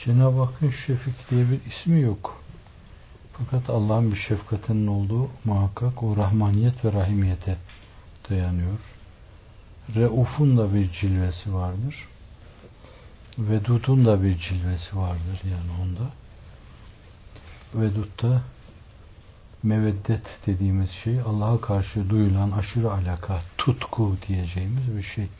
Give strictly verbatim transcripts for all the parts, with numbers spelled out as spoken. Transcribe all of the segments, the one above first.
Cenab-ı Hakk'ın Şefik diye bir ismi yok. Fakat Allah'ın bir şefkatinin olduğu muhakkak, o rahmaniyet ve rahimiyete dayanıyor. Reuf'un da bir cilvesi vardır. Vedud'un da bir cilvesi vardır yani onda. Vedud'da meveddet dediğimiz şey Allah'a karşı duyulan aşırı alaka, tutku diyeceğimiz bir şey.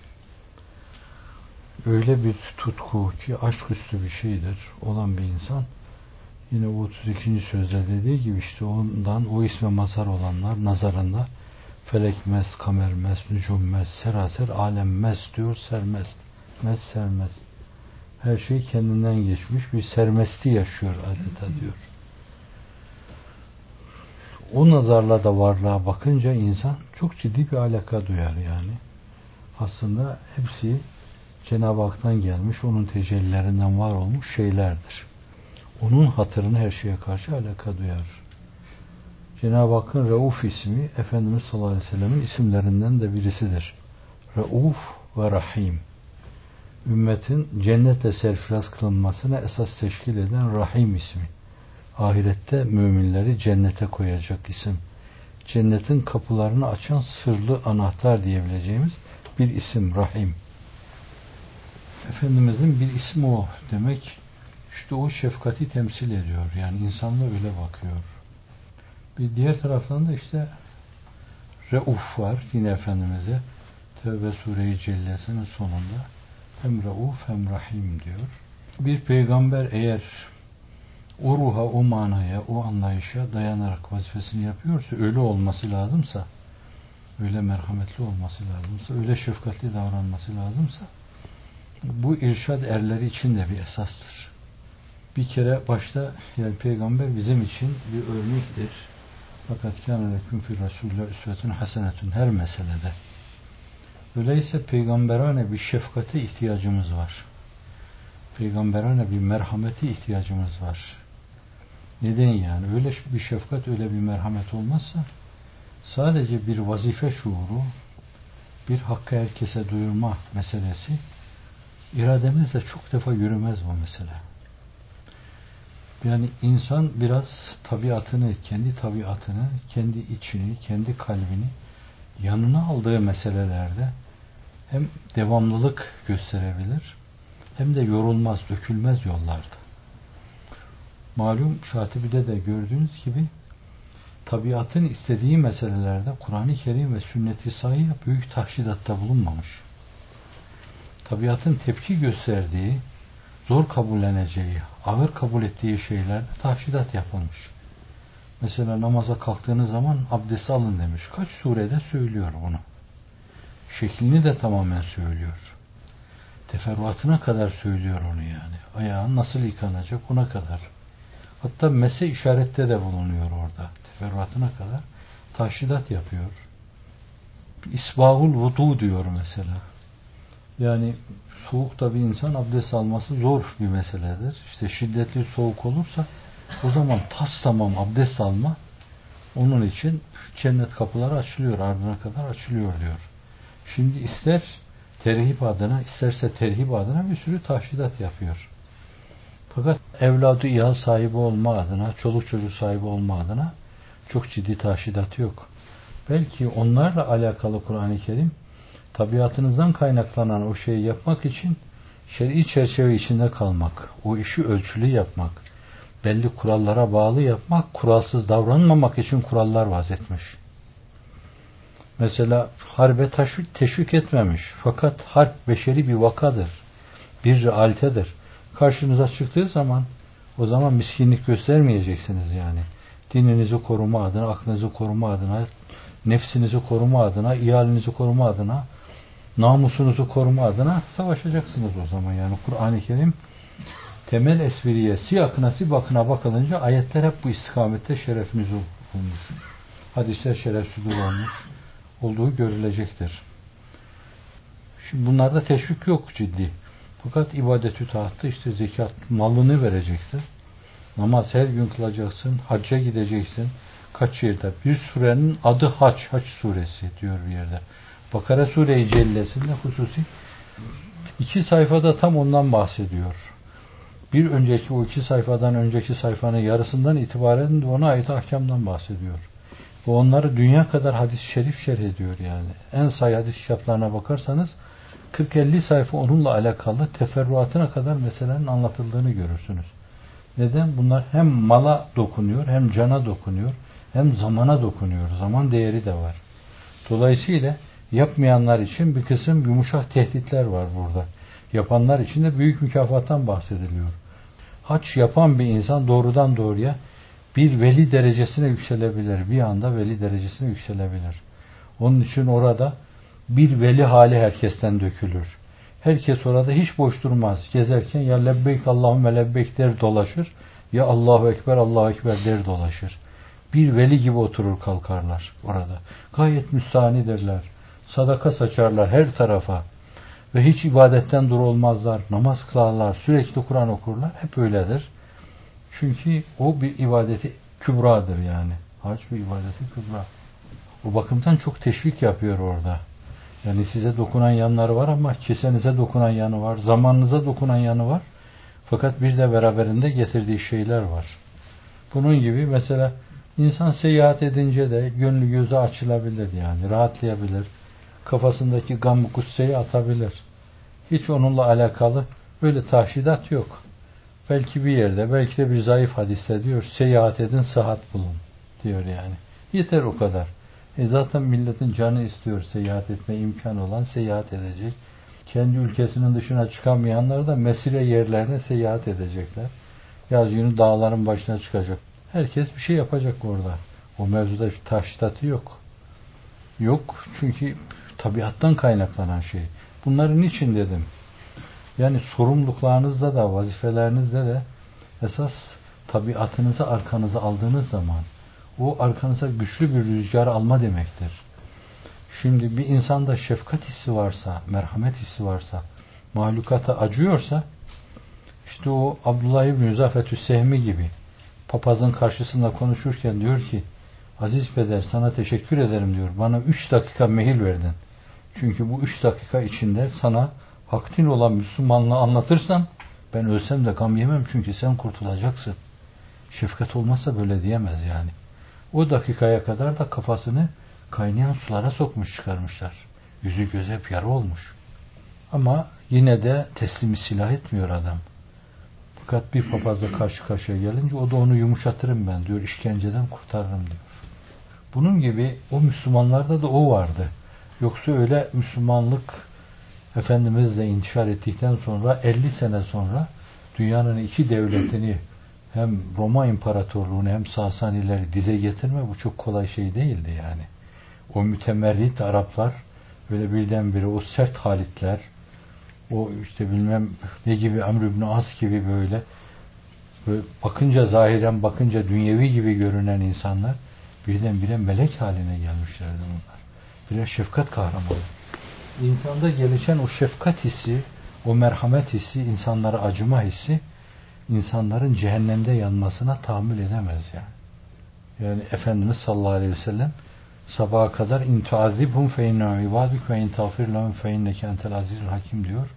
Öyle bir tutku ki aşküstü bir şeydir olan bir insan, yine o otuz ikinci sözde dediği gibi işte ondan o isme mazhar olanlar nazarında felek mest, kamer mest, nücum mest, seraser alem mest diyor, sermest, mest sermest. Her şey kendinden geçmiş bir sermesti yaşıyor adeta diyor. O nazarla da varlığa bakınca insan çok ciddi bir alaka duyar yani. Aslında hepsi Cenab-ı Hak'tan gelmiş, onun tecellilerinden var olmuş şeylerdir. Onun hatırını her şeye karşı alaka duyar. Cenab-ı Hakk'ın Rauf ismi Efendimiz sallallahu aleyhi ve sellem'in isimlerinden de birisidir. Rauf ve Rahim. Ümmetin cennetle serfiraz kılınmasına esas teşkil eden Rahim ismi. Ahirette müminleri cennete koyacak isim. Cennetin kapılarını açan sırlı anahtar diyebileceğimiz bir isim Rahim. Efendimizin bir ismi o demek, işte o şefkati temsil ediyor. Yani insanla öyle bakıyor. Bir diğer taraftan da işte Reuf var yine Efendimiz'e. Tevbe Sure-i Cellesi'nin sonunda hem Reuf hem Rahim diyor. Bir peygamber eğer o ruha, o manaya, o anlayışa dayanarak vazifesini yapıyorsa, öyle olması lazımsa, öyle merhametli olması lazımsa, öyle şefkatli davranması lazımsa, bu irşad erleri için de bir esastır. Bir kere başta yani peygamber bizim için bir örnektir. Fakat kâne leküm fî rasûlillâhi üsvetun hasenetun her meselede. Öyleyse peygamberane bir şefkate ihtiyacımız var. Peygamberane bir merhamete ihtiyacımız var. Neden yani? Öyle bir şefkat, öyle bir merhamet olmazsa sadece bir vazife şuuru, bir hakkı herkese duyurma meselesi irademizle çok defa yürümez bu mesele. Yani insan biraz tabiatını, kendi tabiatını, kendi içini, kendi kalbini yanına aldığı meselelerde hem devamlılık gösterebilir hem de yorulmaz, dökülmez yollarda. Malum Şatibi'de de gördüğünüz gibi tabiatın istediği meselelerde Kur'an-ı Kerim ve sünnet-i sahih büyük tahşidatta bulunmamış. Tabiatın tepki gösterdiği, zor kabulleneceği, ağır kabul ettiği şeylerde tahşidat yapılmış. Mesela namaza kalktığınız zaman abdest alın demiş. Kaç surede söylüyor bunu. Şeklini de tamamen söylüyor. Teferruatına kadar söylüyor onu yani. Ayağın nasıl yıkanacak ona kadar. Hatta mese işarette de bulunuyor orada. Teferruatına kadar tahşidat yapıyor. İsbahul vudu diyor mesela. Yani soğukta bir insan abdest alması zor bir meseledir. İşte şiddetli soğuk olursa o zaman tas tamam abdest alma, onun için cennet kapıları açılıyor, ardına kadar açılıyor diyor. Şimdi ister terhip adına, isterse terhip adına bir sürü tahşidat yapıyor. Fakat evladı iyal sahibi olma adına, çoluk çocuk sahibi olma adına çok ciddi tahşidat yok. Belki onlarla alakalı Kur'an-ı Kerim tabiatınızdan kaynaklanan o şeyi yapmak için şer'i çerçeve içinde kalmak, o işi ölçülü yapmak, belli kurallara bağlı yapmak, kuralsız davranmamak için kurallar vazetmiş. Mesela harbe teşvik, teşvik etmemiş. Fakat harp beşeri bir vakadır. Bir realitedir. Karşınıza çıktığı zaman o zaman miskinlik göstermeyeceksiniz yani. Dininizi koruma adına, aklınızı koruma adına, nefsinizi koruma adına, iyalinizi koruma adına, namusunuzu koruma adına savaşacaksınız o zaman. Yani Kur'an-ı Kerim temel espriye, siyakına, sibakına bakılınca ayetler hep bu istikamette şerefiniz olmuş. Hadisler şerefsiz olmuş olduğu görülecektir. Şimdi bunlarda teşvik yok ciddi. Fakat ibadet-ü taatta işte zekat malını vereceksin. Namaz her gün kılacaksın. Hacca gideceksin. Kaç yerde? Bir surenin adı Hac. Hac suresi diyor bir yerde. Bakara Sure-i Cellesi'nde hususi iki sayfada tam ondan bahsediyor. Bir önceki o iki sayfadan önceki sayfanın yarısından itibaren de ona ait ahkamdan bahsediyor. Ve onları dünya kadar hadis-i şerif şerh ediyor yani. En sayı hadis kitaplarına bakarsanız kırk elli sayfa onunla alakalı teferruatına kadar meselenin anlatıldığını görürsünüz. Neden? Bunlar hem mala dokunuyor, hem cana dokunuyor, hem zamana dokunuyor. Zaman değeri de var. Dolayısıyla yapmayanlar için bir kısım yumuşak tehditler var burada. Yapanlar için de büyük mükafattan bahsediliyor. Hac yapan bir insan doğrudan doğruya bir veli derecesine yükselebilir. Bir anda veli derecesine yükselebilir. Onun için orada bir veli hali herkesten dökülür. Herkes orada hiç boş durmaz. Gezerken ya lebbeyk Allahümme lebbeyk der dolaşır, ya Allahu Ekber Allahu Ekber der dolaşır. Bir veli gibi oturur kalkarlar orada. Gayet müstahanidirler. Sadaka saçarlar her tarafa. Ve hiç ibadetten dur olmazlar. Namaz kılarlar. Sürekli Kur'an okurlar. Hep öyledir. Çünkü o bir ibadeti kübradır yani. Hac bir ibadeti kübra. O bakımdan çok teşvik yapıyor orada. Yani size dokunan yanları var ama kesenize dokunan yanı var. Zamanınıza dokunan yanı var. Fakat bir de beraberinde getirdiği şeyler var. Bunun gibi mesela insan seyahat edince de gönlü gözü açılabilir yani. Rahatlayabilir. Kafasındaki gam-ı kusseyi atabilir. Hiç onunla alakalı böyle tahşidat yok. Belki bir yerde, belki de bir zayıf hadiste diyor, seyahat edin, sıhhat bulun diyor yani. Yeter o kadar. E zaten milletin canı istiyor seyahat etme imkanı olan seyahat edecek. Kendi ülkesinin dışına çıkamayanlar da mesire yerlerine seyahat edecekler. Yaz günü dağların başına çıkacak. Herkes bir şey yapacak orada. O mevzuda bir tahşidatı yok. Yok çünkü tabiattan kaynaklanan şey. Bunların için dedim. Yani sorumluluklarınızda da, vazifelerinizde de esas tabiatınızı arkanıza aldığınız zaman o arkanıza güçlü bir rüzgar alma demektir. Şimdi bir insanda şefkat hissi varsa, merhamet hissi varsa, mahlukata acıyorsa işte o Abdullah İbni Yüzafetü Sehmi gibi papazın karşısında konuşurken diyor ki Aziz Peder sana teşekkür ederim diyor. Bana üç dakika mehil verdin. Çünkü bu üç dakika içinde sana haktin olan Müslümanlığı anlatırsam ben ölsem de gam yemem çünkü sen kurtulacaksın. Şefkat olmazsa böyle diyemez yani. O dakikaya kadar da kafasını kaynayan sulara sokmuş çıkarmışlar. Yüzü gözü hep yara olmuş. Ama yine de teslimi silah etmiyor adam. Fakat bir papazla karşı karşıya gelince o da onu yumuşatırım ben diyor. İşkenceden kurtarırım diyor. Bunun gibi o Müslümanlarda da o vardı. Yoksa öyle Müslümanlık Efendimizle intişar ettikten sonra elli sene sonra dünyanın iki devletini hem Roma İmparatorluğunu hem Sasanileri dize getirme bu çok kolay şey değildi yani. O mütemerrit Araplar böyle birdenbire o sert halitler o işte bilmem ne gibi Amr ibn As gibi böyle, böyle bakınca zahiren bakınca dünyevi gibi görünen insanlar birdenbire melek haline gelmişlerdi bunlar. Birer şefkat kahramanı. İnsanda gelişen o şefkat hissi, o merhamet hissi, insanlara acıma hissi insanların cehennemde yanmasına tahammül edemez yani. Yani Efendimiz sallallahu aleyhi ve sellem sabaha kadar in tuazibhum fe inne ibaduk ve in tağfir lahum fe inneke entel azizul hakim diyor.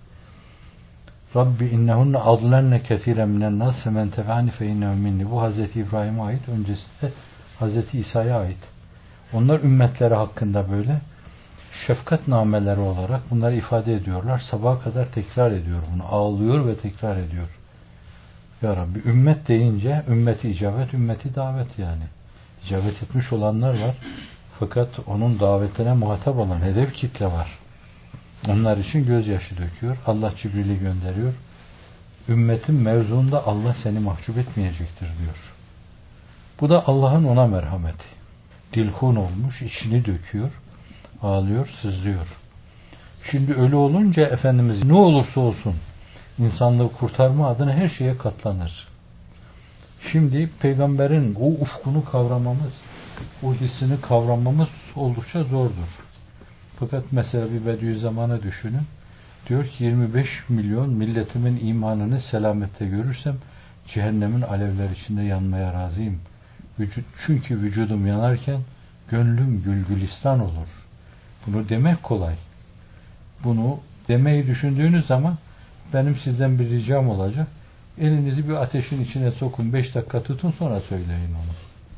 Rabbi innehunne adlenne kethiren minen nas men tebani fe innehu minni. Bu Hazreti İbrahim'e ait, öncesinde Hazreti İsa'ya ait. Onlar ümmetleri hakkında böyle şefkat nameleri olarak bunları ifade ediyorlar. Sabaha kadar tekrar ediyor bunu. Ağlıyor ve tekrar ediyor. Ya Rabbi ümmet deyince ümmeti icabet, ümmeti davet yani. İcabet etmiş olanlar var. Fakat onun davetine muhatap olan hedef kitle var. Onlar için gözyaşı döküyor. Allah Cibril'i gönderiyor. Ümmetin mevzuunda Allah seni mahcup etmeyecektir diyor. Bu da Allah'ın ona merhameti. Dilhun olmuş, içini döküyor. Ağlıyor, sızlıyor. Şimdi öyle olunca Efendimiz ne olursa olsun insanlığı kurtarma adına her şeye katlanır. Şimdi peygamberin o ufkunu kavramamız, o hissini kavramamız oldukça zordur. Fakat mesela bir Bediüzzaman'ı düşünün. Diyor ki yirmi beş milyon milletimin imanını selamette görürsem cehennemin alevler içinde yanmaya razıyım. Vücut, çünkü vücudum yanarken gönlüm gülgülistan olur. Bunu demek kolay. Bunu demeyi düşündüğünüz zaman benim sizden bir ricam olacak. Elinizi bir ateşin içine sokun, beş dakika tutun, sonra söyleyin onu.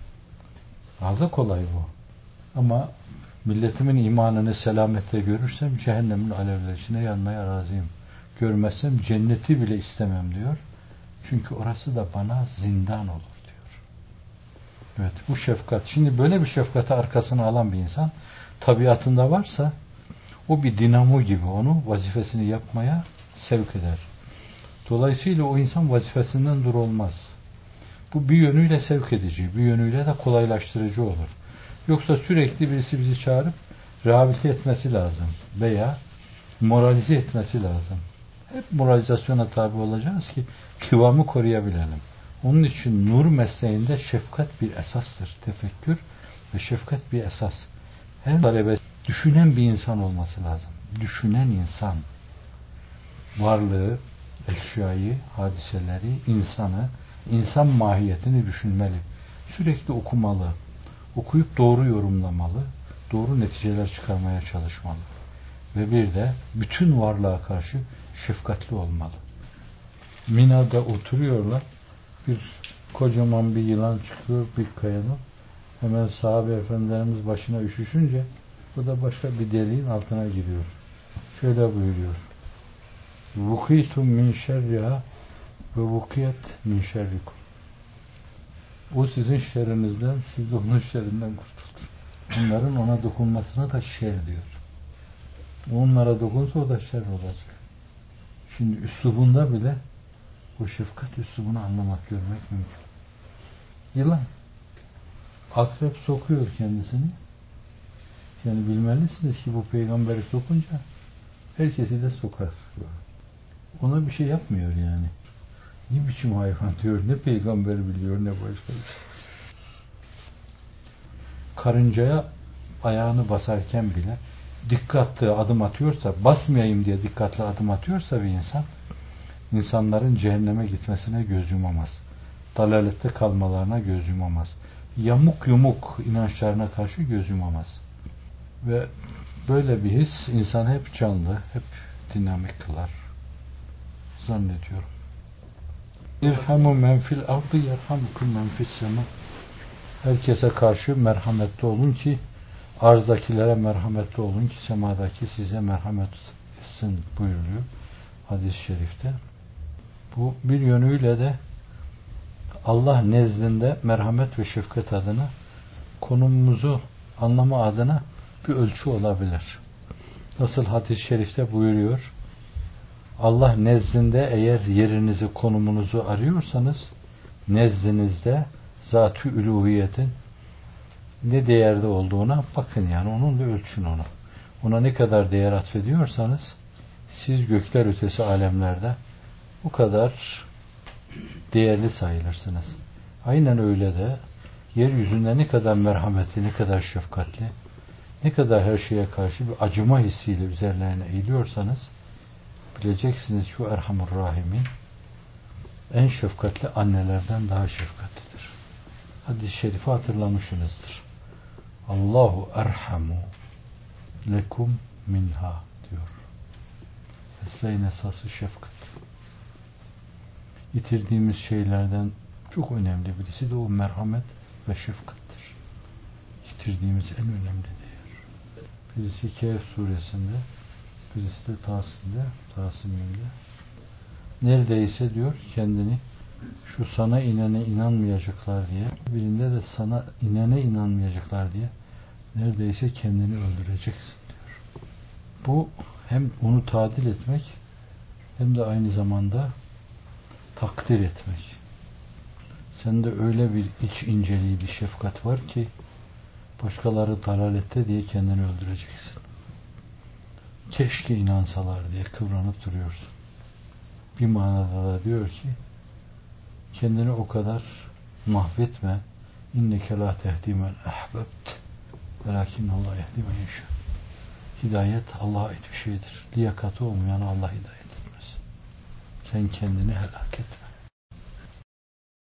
Daha kolay bu. Ama milletimin imanını selamette görürsem cehennemin alevleri içine yanmaya razıyım. Görmezsem cenneti bile istemem diyor. Çünkü orası da bana zindan olur diyor. Evet, bu şefkat. Şimdi böyle bir şefkati arkasına alan bir insan tabiatında varsa o bir dinamo gibi onu vazifesini yapmaya sevk eder. Dolayısıyla o insan vazifesinden dur olmaz. Bu bir yönüyle sevk edici, bir yönüyle de kolaylaştırıcı olur. Yoksa sürekli birisi bizi çağırıp rehabilite etmesi lazım veya moralize etmesi lazım. Hep moralizasyona tabi olacağız ki kıvamı koruyabilelim. Onun için nur mesleğinde şefkat bir esastır. Tefekkür ve şefkat bir esas. Her talebe düşünen bir insan olması lazım. Düşünen insan. Varlığı, eşyayı, hadiseleri, insanı, insan mahiyetini düşünmeli. Sürekli okumalı. Okuyup doğru yorumlamalı. Doğru neticeler çıkarmaya çalışmalı. Ve bir de bütün varlığa karşı şefkatli olmalı. Mina'da oturuyorlar. Bir kocaman bir yılan çıkıyor bir kayanın. Hemen sahabe efendilerimiz başına üşüşünce bu da başka bir deliğin altına giriyor. Şöyle buyuruyor. Vukitum min şerriha ve vukiyet min şerrikum. O sizin şerrinizden, siz de onun şerrinden kurtuldunuz. Onların ona dokunmasına da şer diyor. Onlara dokunsa o da şer olacak. Şimdi üslubunda bile o şefkat üslubunu anlamak, görmek mümkün. Yılan. Akrep sokuyor kendisini. Yani bilmelisiniz ki bu peygamberi sokunca herkesi de sokar. Ona bir şey yapmıyor yani. Ne biçim hayvan diyor, ne peygamber biliyor, ne başka bir şey. Karıncaya ayağını basarken bile dikkatli adım atıyorsa, basmayayım diye dikkatli adım atıyorsa bir insan, insanların cehenneme gitmesine göz yumamaz. Dalalette kalmalarına göz yumamaz. Yamuk yumuk inançlarına karşı göz yumamaz. Ve böyle bir his insanı hep canlı, hep dinamik kılar. Zannediyorum. İrhamu men fil ardı yerhamukum men fis sema. Herkese karşı merhametli olun ki, arzdakilere merhametli olun ki semadaki size merhamet etsin buyuruyor hadis-i şerifte. Bu bir yönüyle de Allah nezdinde merhamet ve şefkat adına konumumuzu anlama adına bir ölçü olabilir. Nasıl hadis-i şerifte buyuruyor, Allah nezdinde eğer yerinizi, konumunuzu arıyorsanız nezdinizde zat-ı üluhiyetin ne değerde olduğuna bakın, yani onunla ölçün onu. Ona ne kadar değer atfediyorsanız siz gökler ötesi alemlerde bu kadar değerli sayılırsınız. Aynen öyle de yeryüzünde ne kadar merhametli, ne kadar şefkatli, ne kadar her şeye karşı bir acıma hissiyle üzerlerine eğiliyorsanız bileceksiniz şu Erhamur Rahimin en şefkatli annelerden daha şefkatlidir. Hadis-i şerifi hatırlamışsınızdır. Allahu erhamu lekum minha diyor. Mesleğin esası şefkat. Yitirdiğimiz şeylerden çok önemli birisi de o merhamet ve şefkattir. Yitirdiğimiz en önemli değer. Birisi Kehf suresinde, birisi de Tasim'de, Tasim'inde. Neredeyse diyor kendini şu sana inene inanmayacaklar diye, birinde de sana inene inanmayacaklar diye neredeyse kendini öldüreceksin diyor. Bu hem onu tadil etmek hem de aynı zamanda takdir etmek. Sende öyle bir iç inceliği, bir şefkat var ki başkaları dalalette diye kendini öldüreceksin. Keşke inansalar diye kıvranıp duruyorsun. Bir manada da diyor ki kendini o kadar mahvetme. İnneke la tehdi men ahbebt velakin Allah yehdi men yeşâ. Hidayet Allah'a ait bir şeydir. Liyakatı olmayan Allah hidayet etmez. Sen kendini helak etme.